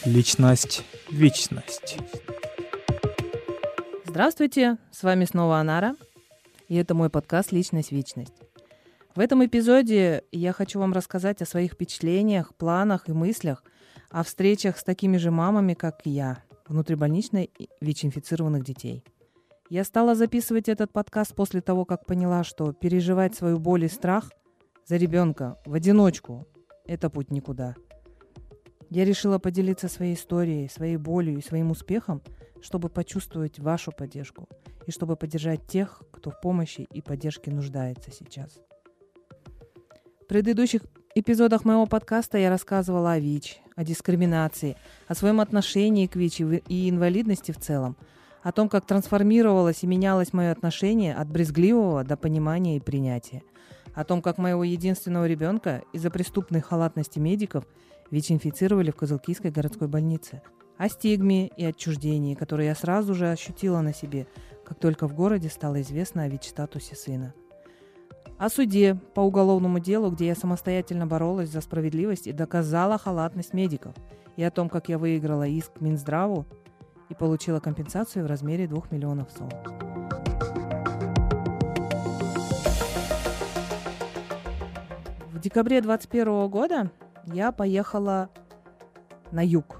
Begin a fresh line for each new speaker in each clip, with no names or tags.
Личность, вечность.
Здравствуйте, с вами снова Анара, и это мой подкаст «Личность, вечность». В этом эпизоде я хочу вам рассказать о своих впечатлениях, планах и мыслях, о встречах с такими же мамами, как и я, внутрибольнично ВИЧ-инфицированных детей. Я стала записывать этот подкаст после того, как поняла, что переживать свою боль и страх за ребенка в одиночку – это путь никуда. Я решила поделиться своей историей, своей болью и своим успехом, чтобы почувствовать вашу поддержку и чтобы поддержать тех, кто в помощи и поддержке нуждается сейчас. В предыдущих эпизодах моего подкаста я рассказывала о ВИЧ, о дискриминации, о своем отношении к ВИЧ и инвалидности в целом, о том, как трансформировалось и менялось мое отношение от брезгливого до понимания и принятия, о том, как моего единственного ребенка из-за преступной халатности медиков ВИЧ-инфицировали в Кызылкийской городской больнице, о стигме и отчуждении, которые я сразу же ощутила на себе, как только в городе стало известно о ВИЧ-статусе сына. О суде по уголовному делу, где я самостоятельно боролась за справедливость и доказала халатность медиков, и о том, как я выиграла иск к Минздраву и получила компенсацию в размере 2 миллионов сом. В декабре 2021 года я поехала на юг.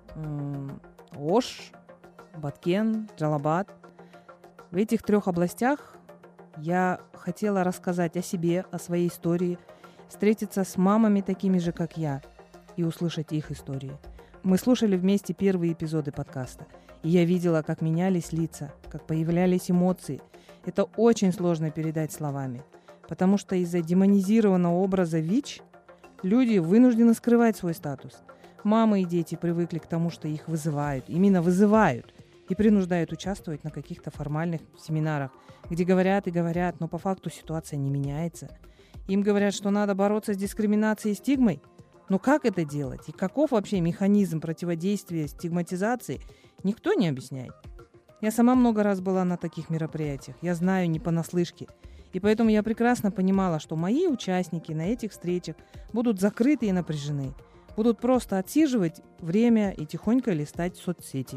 Ош, Баткен, Джалабад. В этих 3 областях я хотела рассказать о себе, о своей истории, встретиться с мамами такими же, как я, и услышать их истории. Мы слушали вместе первые эпизоды подкаста, и я видела, как менялись лица, как появлялись эмоции. Это очень сложно передать словами, потому что из-за демонизированного образа ВИЧ люди вынуждены скрывать свой статус. Мамы и дети привыкли к тому, что их вызывают, именно вызывают, и принуждают участвовать на каких-то формальных семинарах, где говорят и говорят, но по факту ситуация не меняется. Им говорят, что надо бороться с дискриминацией и стигмой. Но как это делать? И каков вообще механизм противодействия стигматизации, никто не объясняет. Я сама много раз была на таких мероприятиях, я знаю не понаслышке. И поэтому я прекрасно понимала, что мои участники на этих встречах будут закрыты и напряжены, будут просто отсиживать время и тихонько листать соцсети.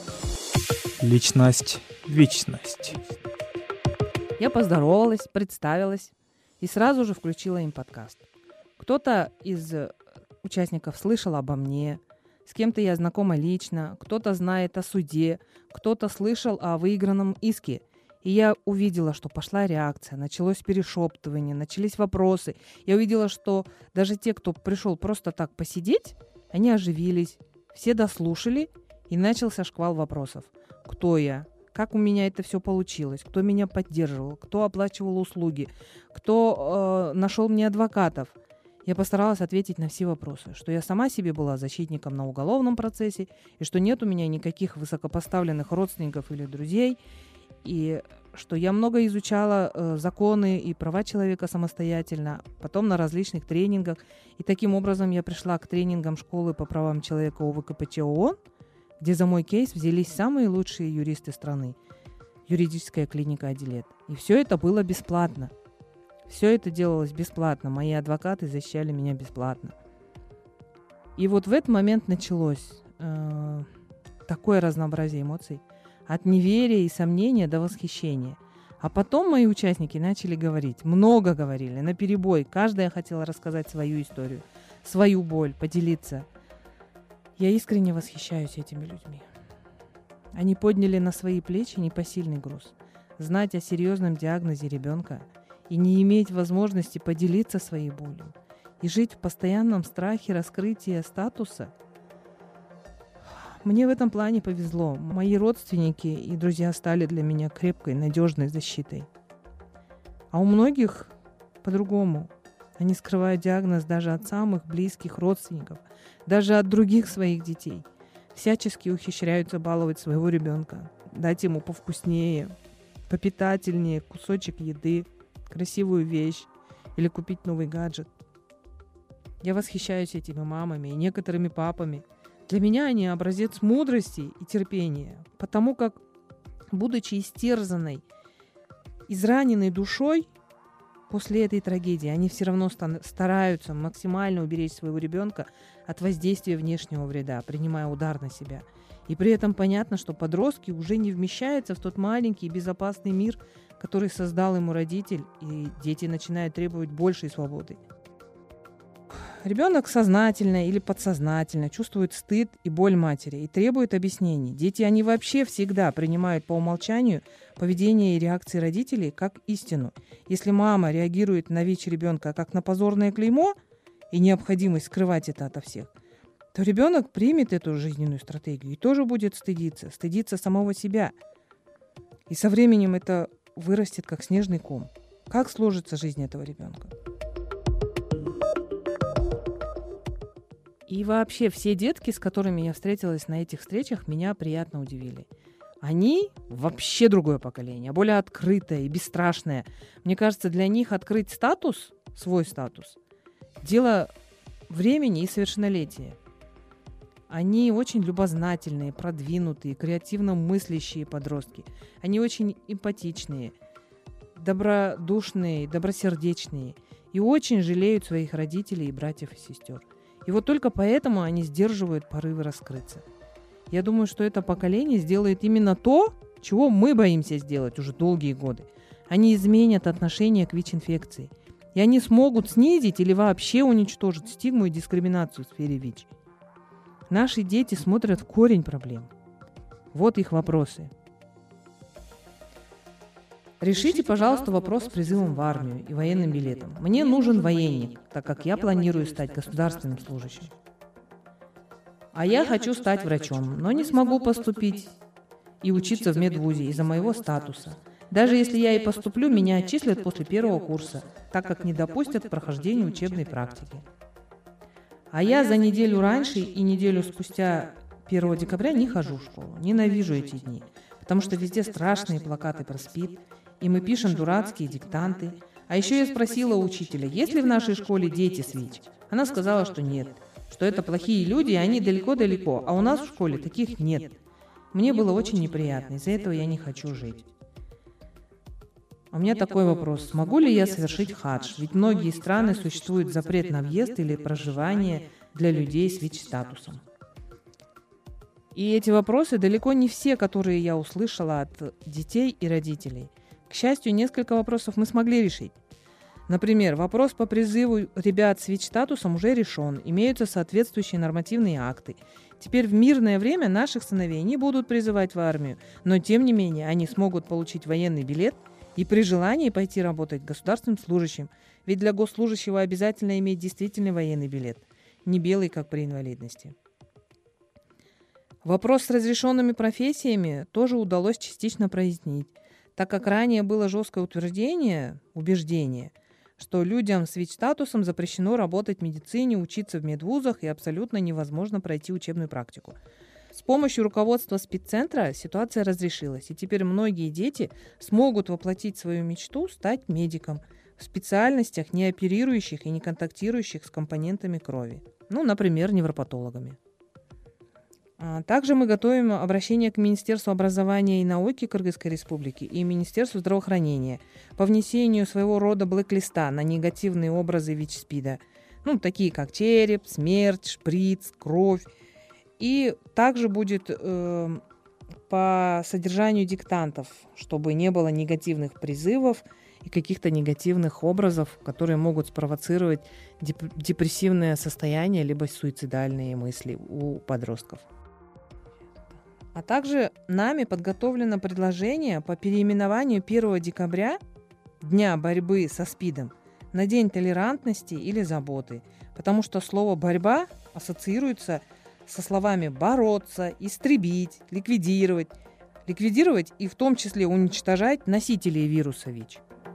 Личность, вечность.
Я поздоровалась, представилась и сразу же включила им подкаст. Кто-то из участников слышал обо мне, с кем-то я знакома лично, кто-то знает о суде, кто-то слышал о выигранном иске. И я увидела, что пошла реакция, началось перешептывание, начались вопросы. Я увидела, что даже те, кто пришел просто так посидеть, они оживились, все дослушали, и начался шквал вопросов. Кто я? Как у меня это все получилось? Кто меня поддерживал? Кто оплачивал услуги? Кто нашел мне адвокатов? Я постаралась ответить на все вопросы, что я сама себе была защитником на уголовном процессе, и что нет у меня никаких высокопоставленных родственников или друзей, и что я много изучала законы и права человека самостоятельно, потом на различных тренингах. И таким образом я пришла к тренингам школы по правам человека УВКПЧ ООН, где за мой кейс взялись самые лучшие юристы страны, юридическая клиника «Адилет». И все это было бесплатно. Все это делалось бесплатно. Мои адвокаты защищали меня бесплатно. И вот в этот момент началось такое разнообразие эмоций. От неверия и сомнения до восхищения. А потом мои участники начали говорить, много говорили, наперебой. Каждая хотела рассказать свою историю, свою боль, поделиться. Я искренне восхищаюсь этими людьми. Они подняли на свои плечи непосильный груз. Знать о серьезном диагнозе ребенка и не иметь возможности поделиться своей болью. И жить в постоянном страхе раскрытия статуса. Мне в этом плане повезло. Мои родственники и друзья стали для меня крепкой, надежной защитой. А у многих по-другому. Они скрывают диагноз даже от самых близких родственников, даже от других своих детей. Всячески ухищряются баловать своего ребенка, дать ему повкуснее, попитательнее кусочек еды, красивую вещь или купить новый гаджет. Я восхищаюсь этими мамами и некоторыми папами. Для меня они образец мудрости и терпения, потому как, будучи истерзанной, израненной душой, после этой трагедии они все равно стараются максимально уберечь своего ребенка от воздействия внешнего вреда, принимая удар на себя. И при этом понятно, что подростки уже не вмещаются в тот маленький и безопасный мир, который создал ему родитель, и дети начинают требовать большей свободы. Ребенок сознательно или подсознательно чувствует стыд и боль матери и требует объяснений. Дети, они вообще всегда принимают по умолчанию поведение и реакции родителей как истину. Если мама реагирует на ВИЧ ребенка как на позорное клеймо и необходимость скрывать это ото всех, то ребенок примет эту жизненную стратегию и тоже будет стыдиться самого себя. И со временем это вырастет как снежный ком. Как сложится жизнь этого ребенка? И вообще все детки, с которыми я встретилась на этих встречах, меня приятно удивили. Они вообще другое поколение, более открытое и бесстрашное. Мне кажется, для них открыть статус, свой статус, дело времени и совершеннолетия. Они очень любознательные, продвинутые, креативно мыслящие подростки. Они очень эмпатичные, добродушные, добросердечные и очень жалеют своих родителей и братьев и сестер. И вот только поэтому они сдерживают порывы раскрыться. Я думаю, что это поколение сделает именно то, чего мы боимся сделать уже долгие годы. Они изменят отношение к ВИЧ-инфекции. И они смогут снизить или вообще уничтожить стигму и дискриминацию в сфере ВИЧ. Наши дети смотрят в корень проблем. Вот их вопросы. Решите, пожалуйста, вопрос с призывом в армию и военным билетом. Мне нужен военник, так как я планирую стать государственным служащим. А я хочу стать врачом, но не смогу поступить и учиться в медвузе из-за моего статуса. Даже если я и поступлю, меня отчислят после первого курса, так как не допустят к прохождению учебной практики. А я за неделю раньше и неделю спустя 1 декабря не хожу в школу. Ненавижу эти дни, потому что везде страшные плакаты про СПИД, и мы пишем дурацкие диктанты. А еще я спросила у учителя, есть ли в нашей школе дети с ВИЧ. Она сказала, что нет, что это плохие люди, и они далеко-далеко, а у нас в школе таких нет. Мне было очень неприятно, из-за этого я не хочу жить. У меня такой вопрос. Смогу ли я совершить хадж? Ведь многие страны существует запрет на въезд или проживание для людей с ВИЧ-статусом. И эти вопросы далеко не все, которые я услышала от детей и родителей. К счастью, несколько вопросов мы смогли решить. Например, вопрос по призыву ребят с ВИЧ-статусом уже решен, имеются соответствующие нормативные акты. Теперь в мирное время наших сыновей не будут призывать в армию, но тем не менее они смогут получить военный билет и при желании пойти работать государственным служащим, ведь для госслужащего обязательно иметь действительный военный билет, не белый, как при инвалидности. Вопрос с разрешенными профессиями тоже удалось частично прояснить, так как ранее было жесткое убеждение, что людям с ВИЧ-статусом запрещено работать в медицине, учиться в медвузах и абсолютно невозможно пройти учебную практику. С помощью руководства спеццентра ситуация разрешилась, и теперь многие дети смогут воплотить свою мечту стать медиком в специальностях, не оперирующих и не контактирующих с компонентами крови, например, невропатологами. Также мы готовим обращение к Министерству образования и науки Кыргызской Республики и Министерству здравоохранения по внесению своего рода блэк-листа на негативные образы ВИЧ-СПИДа, такие как череп, смерть, шприц, кровь. И также будет по содержанию диктантов, чтобы не было негативных призывов и каких-то негативных образов, которые могут спровоцировать депрессивное состояние либо суицидальные мысли у подростков. А также нами подготовлено предложение по переименованию 1 декабря, Дня борьбы со СПИДом, на День толерантности или заботы, потому что слово «борьба» ассоциируется со словами «бороться», «истребить», «ликвидировать», и в том числе уничтожать носителей вируса ВИЧ.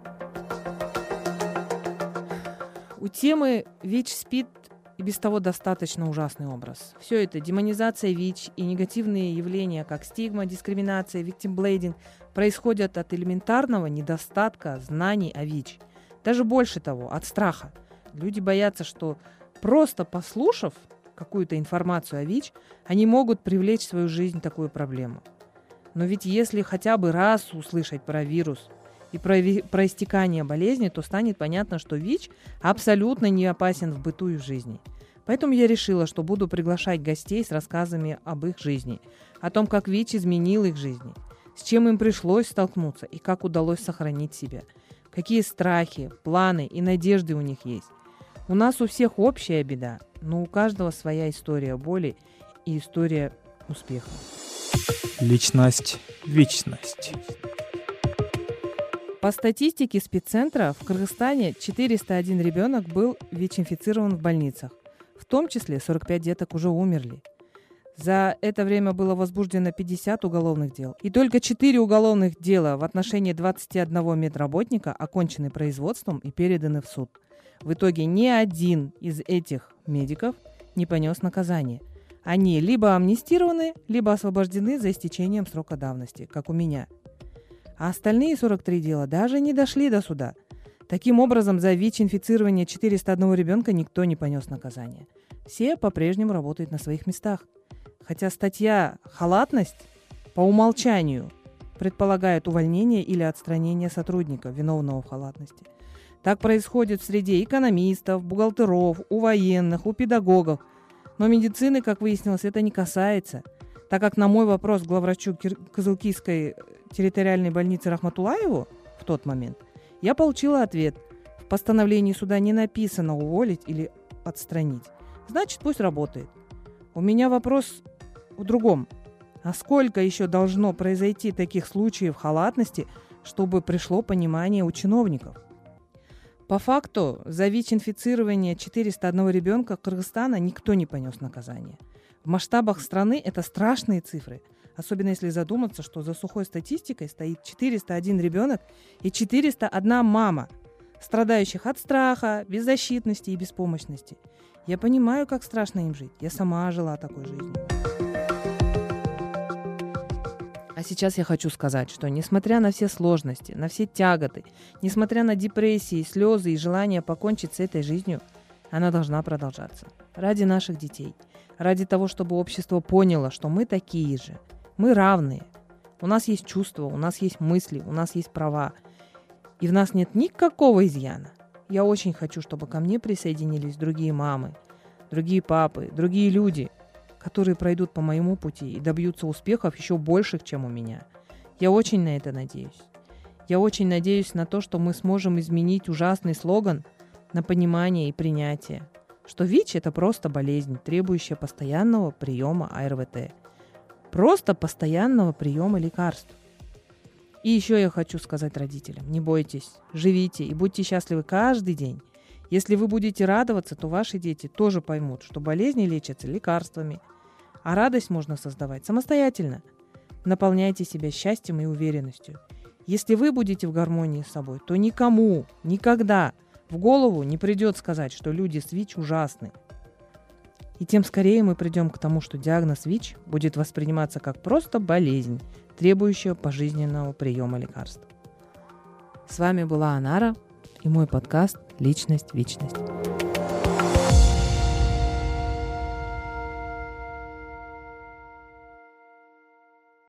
У темы ВИЧ-СПИД и без того достаточно ужасный образ. Все это демонизация ВИЧ и негативные явления, как стигма, дискриминация, виктимблейдинг, происходят от элементарного недостатка знаний о ВИЧ. Даже больше того, от страха. Люди боятся, что просто послушав какую-то информацию о ВИЧ, они могут привлечь в свою жизнь такую проблему. Но ведь если хотя бы раз услышать про вирус и про истекание болезни, то станет понятно, что ВИЧ абсолютно не опасен в быту и в жизни. Поэтому я решила, что буду приглашать гостей с рассказами об их жизни, о том, как ВИЧ изменил их жизни, с чем им пришлось столкнуться и как удалось сохранить себя, какие страхи, планы и надежды у них есть. У нас у всех общая беда, но у каждого своя история боли и история успеха.
Личность, вечность.
По статистике спеццентра в Кыргызстане 401 ребенок был ВИЧ-инфицирован в больницах. В том числе 45 деток уже умерли. За это время было возбуждено 50 уголовных дел. И только 4 уголовных дела в отношении 21 медработника окончены производством и переданы в суд. В итоге ни один из этих медиков не понес наказание. Они либо амнистированы, либо освобождены за истечением срока давности, как у меня. А остальные 43 дела даже не дошли до суда. Таким образом, за ВИЧ-инфицирование 401 ребенка никто не понес наказание. Все по-прежнему работают на своих местах. Хотя статья «халатность» по умолчанию предполагает увольнение или отстранение сотрудника, виновного в халатности. Так происходит в среде экономистов, бухгалтеров, у военных, у педагогов. Но медицины, как выяснилось, это не касается, так как на мой вопрос главврачу Кызылкийской территориальной больницы Рахматуллаеву в тот момент я получила ответ. В постановлении суда не написано уволить или отстранить. Значит, пусть работает. У меня вопрос в другом. А сколько еще должно произойти таких случаев халатности, чтобы пришло понимание у чиновников? По факту, за ВИЧ-инфицирование 401 ребенка Кыргызстана никто не понес наказание. В масштабах страны это страшные цифры, особенно если задуматься, что за сухой статистикой стоит 401 ребенок и 401 мама, страдающих от страха, беззащитности и беспомощности. Я понимаю, как страшно им жить. Я сама жила такой жизнью. А сейчас я хочу сказать, что несмотря на все сложности, на все тяготы, несмотря на депрессии, слезы и желание покончить с этой жизнью, она должна продолжаться. Ради наших детей. Ради того, чтобы общество поняло, что мы такие же. Мы равные. У нас есть чувства, у нас есть мысли, у нас есть права. И в нас нет никакого изъяна. Я очень хочу, чтобы ко мне присоединились другие мамы, другие папы, другие люди, которые пройдут по моему пути и добьются успехов еще больших, чем у меня. Я очень на это надеюсь. Я очень надеюсь на то, что мы сможем изменить ужасный слоган на понимание и принятие, что ВИЧ – это просто болезнь, требующая постоянного приема АРВТ. Просто постоянного приема лекарств. И еще я хочу сказать родителям: не бойтесь, живите и будьте счастливы каждый день. Если вы будете радоваться, то ваши дети тоже поймут, что болезни лечатся лекарствами, а радость можно создавать самостоятельно. Наполняйте себя счастьем и уверенностью. Если вы будете в гармонии с собой, то никому, никогда в голову не придет сказать, что люди с ВИЧ ужасны. И тем скорее мы придем к тому, что диагноз ВИЧ будет восприниматься как просто болезнь, требующая пожизненного приема лекарств. С вами была Анара и мой подкаст «Личность, вечность».